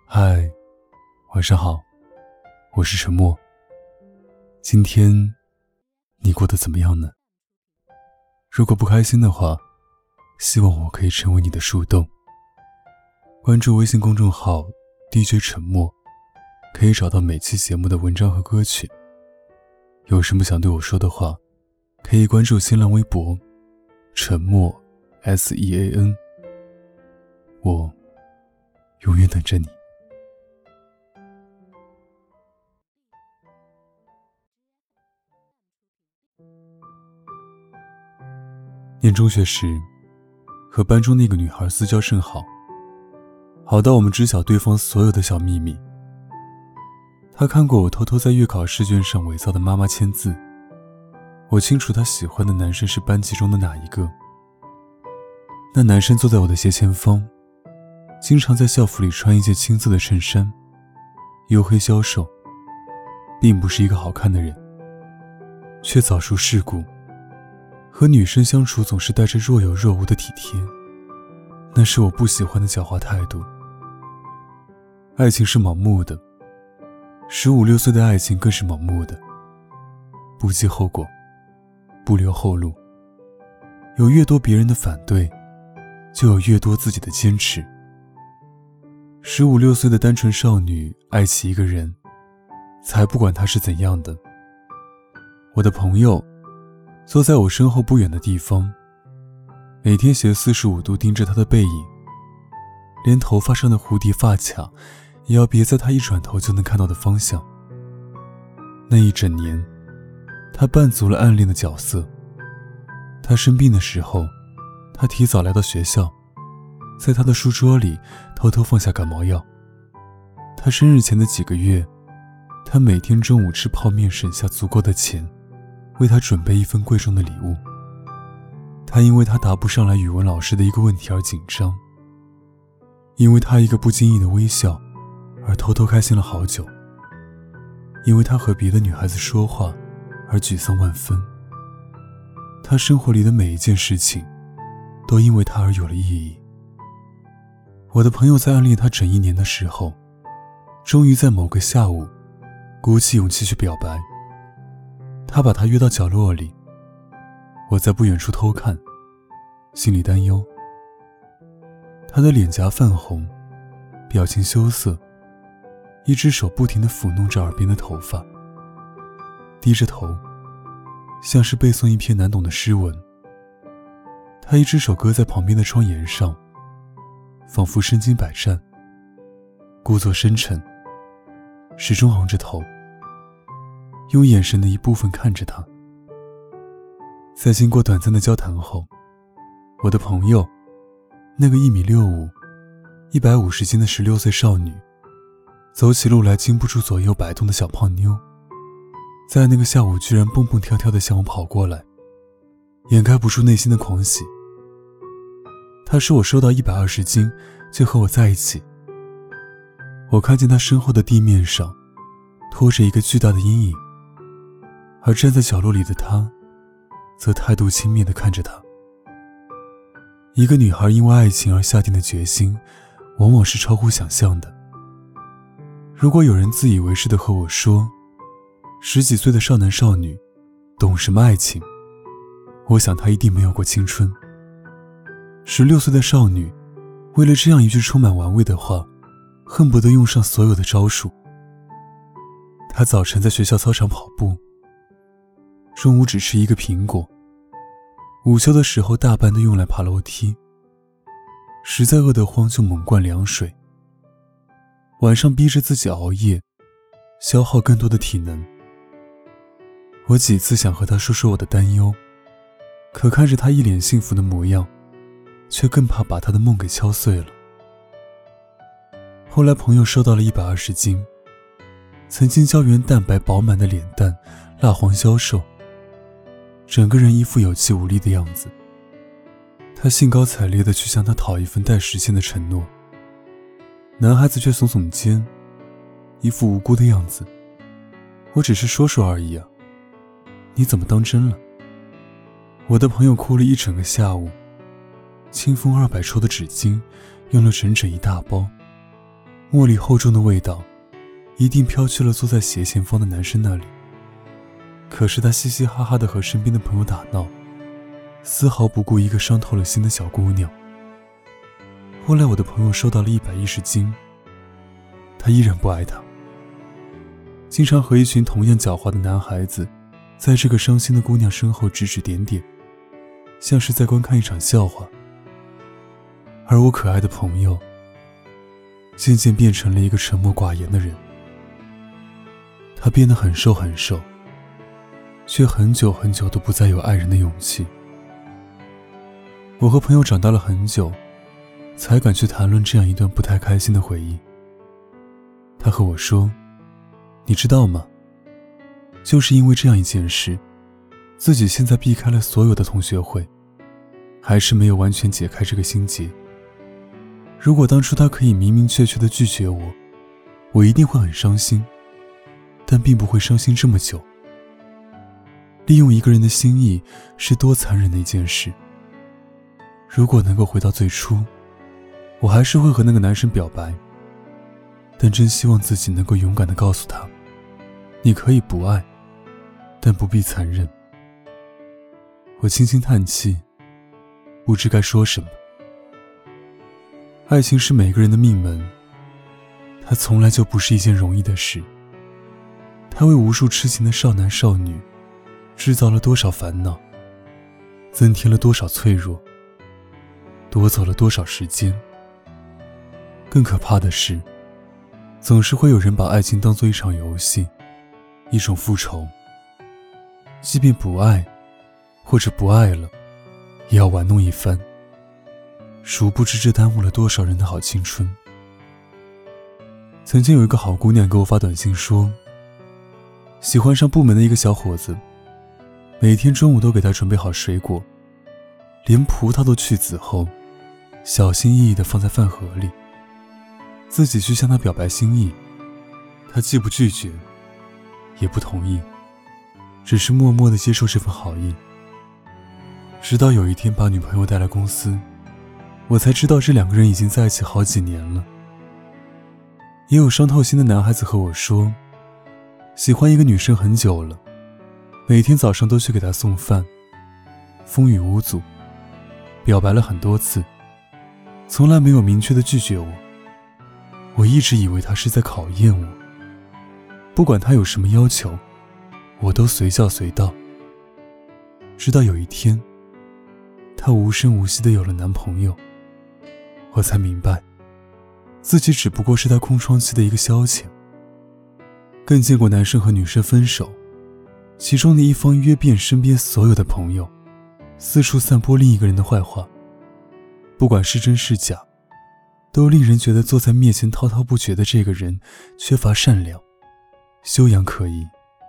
嗨，晚上好，我是沉默。今天你过得怎么样呢？如果不开心的话，希望我可以成为你的树洞。关注微信公众号 DJ 沉默，可以找到每期节目的文章和歌曲。有什么想对我说的话，可以关注新浪微博沉默 SEAN， 我永远等着你。念中学时，和班中那个女孩私交甚好，好到我们知晓对方所有的小秘密。她看过我偷偷在月考试卷上伪造的妈妈签字，我清楚她喜欢的男生是班级中的哪一个。那男生坐在我的斜前方，经常在校服里穿一件青色的衬衫，黝黑消瘦，并不是一个好看的人，却早熟世故，和女生相处总是带着若有若无的体贴，那是我不喜欢的狡猾态度。爱情是盲目的，15、16岁的爱情更是盲目的，不计后果，不留后路。有越多别人的反对，就有越多自己的坚持。15、16岁的单纯少女爱起一个人，才不管他是怎样的。我的朋友坐在我身后不远的地方，每天斜45度盯着他的背影，连头发上的蝴蝶发卡也要别在他一转头就能看到的方向。那一整年，他扮足了暗恋的角色。他生病的时候，他提早来到学校，在他的书桌里偷偷放下感冒药。他生日前的几个月，他每天中午吃泡面省下足够的钱，为他准备一份贵重的礼物。他因为他答不上来语文老师的一个问题而紧张，因为他一个不经意的微笑而偷偷开心了好久，因为他和别的女孩子说话而沮丧万分。他生活里的每一件事情都因为他而有了意义。我的朋友在暗恋他整1年的时候，终于在某个下午鼓起勇气去表白。他把他约到角落里，我在不远处偷看，心里担忧。他的脸颊泛红，表情羞涩，一只手不停地抚弄着耳边的头发，低着头，像是背诵一篇难懂的诗文。他一只手搁在旁边的窗沿上，仿佛身经百战，故作深沉，始终昂着头，用眼神的一部分看着他。在经过短暂的交谈后，我的朋友，那个1.65米、150斤的16岁少女，走起路来经不住左右摆动的小胖妞，在那个下午居然蹦蹦跳跳地向我跑过来，掩盖不住内心的狂喜。她说我瘦到120斤就和我在一起。我看见她身后的地面上拖着一个巨大的阴影，而站在角落里的她则态度轻蔑地看着她。一个女孩因为爱情而下定的决心往往是超乎想象的。如果有人自以为是地和我说10几岁的少男少女懂什么爱情，我想他一定没有过青春。16岁的少女为了这样一句充满玩味的话，恨不得用上所有的招数。她早晨在学校操场跑步，中午只吃一个苹果，午休的时候大半都用来爬楼梯，实在饿得慌就猛灌凉水，晚上逼着自己熬夜，消耗更多的体能。我几次想和她说说我的担忧，可看着她一脸幸福的模样，却更怕把她的梦给敲碎了。后来朋友瘦到了120斤，曾经胶原蛋白饱满的脸蛋蜡黄消瘦，整个人一副有气无力的样子。他兴高采烈地去向他讨一份待实现的承诺，男孩子却耸耸肩，一副无辜的样子。我只是说说而已啊，你怎么当真了？我的朋友哭了一整个下午，清风200抽的纸巾用了整整一大包， 茉莉厚重的味道一定飘去了坐在斜前方的男生那里。可是他嘻嘻哈哈地和身边的朋友打闹，丝毫不顾一个伤透了心的小姑娘。后来我的朋友收到了110斤，他依然不爱她，经常和一群同样狡猾的男孩子在这个伤心的姑娘身后指指点点，像是在观看一场笑话。而我可爱的朋友渐渐变成了一个沉默寡言的人，他变得很瘦很瘦，却很久很久都不再有爱人的勇气。我和朋友长大了很久，才敢去谈论这样一段不太开心的回忆。他和我说，你知道吗？就是因为这样一件事，自己现在避开了所有的同学会，还是没有完全解开这个心结。如果当初他可以明明确确地拒绝我，我一定会很伤心，但并不会伤心这么久。利用一个人的心意是多残忍的一件事。如果能够回到最初，我还是会和那个男生表白，但真希望自己能够勇敢地告诉他，你可以不爱，但不必残忍。我轻轻叹气，不知该说什么。爱情是每个人的命门，它从来就不是一件容易的事。它为无数痴情的少男少女制造了多少烦恼，增添了多少脆弱，夺走了多少时间。更可怕的是，总是会有人把爱情当作一场游戏，一种复仇。即便不爱，或者不爱了，也要玩弄一番。殊不知这耽误了多少人的好青春。曾经有一个好姑娘给我发短信说，喜欢上部门的一个小伙子，每天中午都给他准备好水果，连葡萄都去籽后，小心翼翼地放在饭盒里。自己去向他表白心意，他既不拒绝，也不同意，只是默默地接受这份好意。直到有一天把女朋友带来公司，我才知道这两个人已经在一起好几年了。也有伤透心的男孩子和我说，喜欢一个女生很久了，每天早上都去给她送饭，风雨无阻，表白了很多次，从来没有明确的拒绝我。我一直以为他是在考验我，不管他有什么要求，我都随叫随到。直到有一天，他无声无息地有了男朋友，我才明白，自己只不过是他空窗期的一个消遣。更见过男生和女生分手，其中的一方约遍身边所有的朋友，四处散播另一个人的坏话，不管是真是假，都令人觉得坐在面前滔滔不绝的这个人缺乏善良，修养可疑。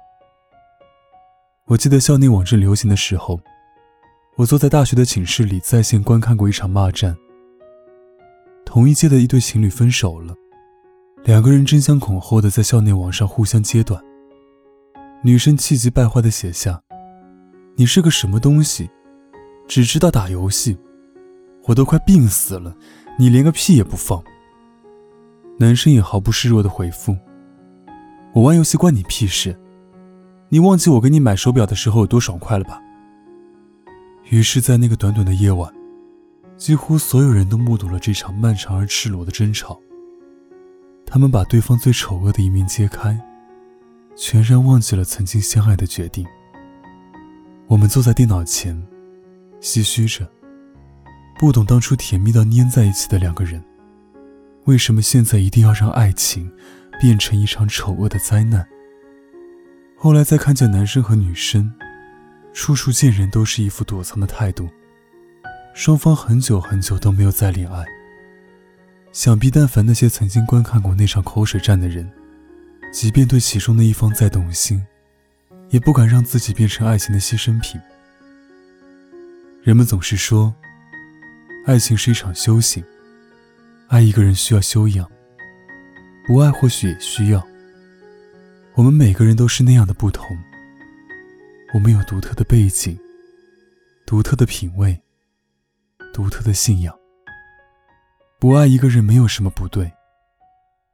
我记得校内网正流行的时候，我坐在大学的寝室里在线观看过一场骂战。同一届的一对情侣分手了，两个人争相恐后的在校内网上互相揭短。女生气急败坏地写下，你是个什么东西，只知道打游戏，我都快病死了，你连个屁也不放。男生也毫不示弱地回复，我玩游戏关你屁事，你忘记我给你买手表的时候有多爽快了吧。于是在那个短短的夜晚，几乎所有人都目睹了这场漫长而赤裸的争吵。他们把对方最丑恶的一面揭开，全然忘记了曾经相爱的决定。我们坐在电脑前唏嘘着，不懂当初甜蜜到粘在一起的两个人，为什么现在一定要让爱情变成一场丑恶的灾难。后来再看见男生和女生，处处见人都是一副躲藏的态度，双方很久很久都没有再恋爱。想必但凡那些曾经观看过那场口水战的人，即便对其中的一方再动心，也不敢让自己变成爱情的牺牲品。人们总是说，爱情是一场修行，爱一个人需要修养，不爱或许也需要。我们每个人都是那样的不同，我们有独特的背景，独特的品味，独特的信仰。不爱一个人没有什么不对，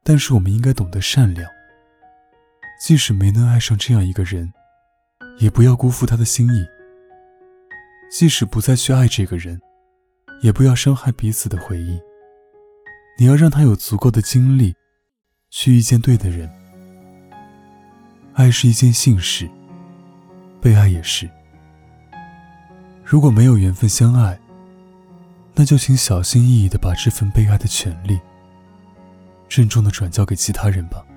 但是我们应该懂得善良，即使没能爱上这样一个人，也不要辜负他的心意。即使不再去爱这个人，也不要伤害彼此的回忆。你要让他有足够的精力去遇见对的人。爱是一件幸事，被爱也是。如果没有缘分相爱，那就请小心翼翼地把这份被爱的权利郑重地转交给其他人吧。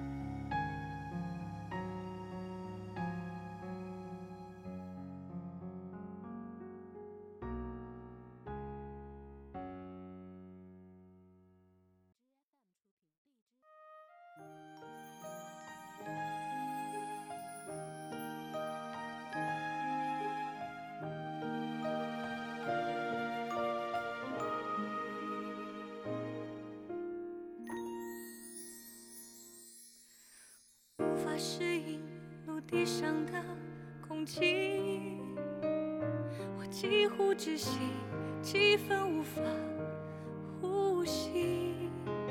适应陆地上的空气，我几乎窒息，几分无法呼吸，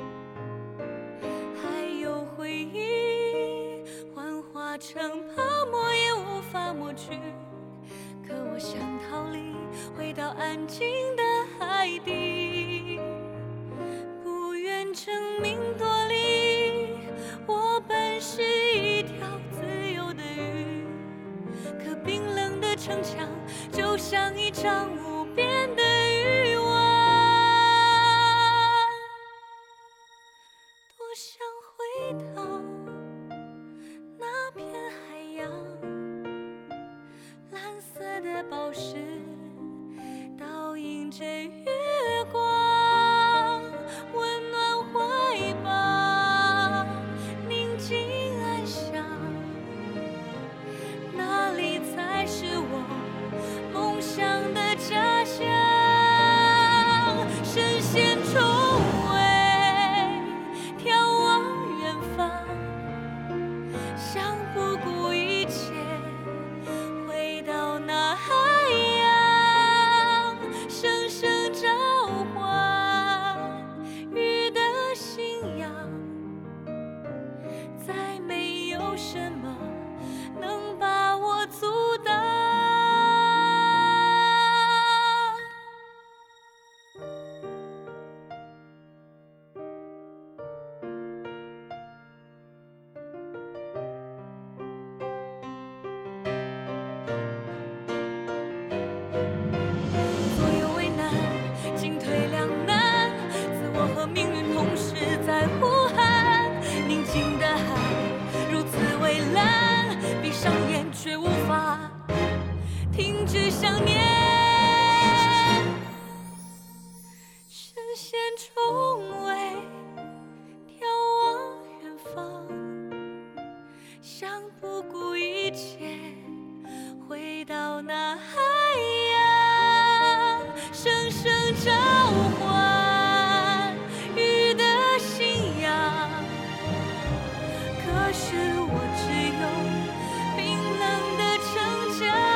还有回忆幻化成泡沫也无法抹去，可我想逃离，回到安静的海底，不愿证明多理，我本是一条自由的鱼，可冰冷的城墙就像一张无边的欲望，多想回到那片海洋，蓝色的宝石倒映着月光，温暖怀抱，宁静安详，那里才是我梦想的家乡。神仙重围，眺望远方，想不顾一切回到那海洋，声声召唤鱼的信仰，再没有什么能把我阻挡。左右为难，进退两难，自我和命运同时在呼喊，宁静的海如此蔚蓝，闭上眼却无法停止想念。神仙重围，眺望远方，想不顾一切回到那海洋，声声召唤鱼的信仰，可是我只有冰冷的城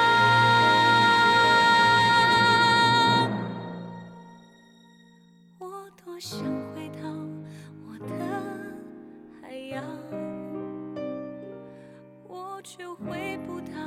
墙，我多想回到我的海洋，我却回不到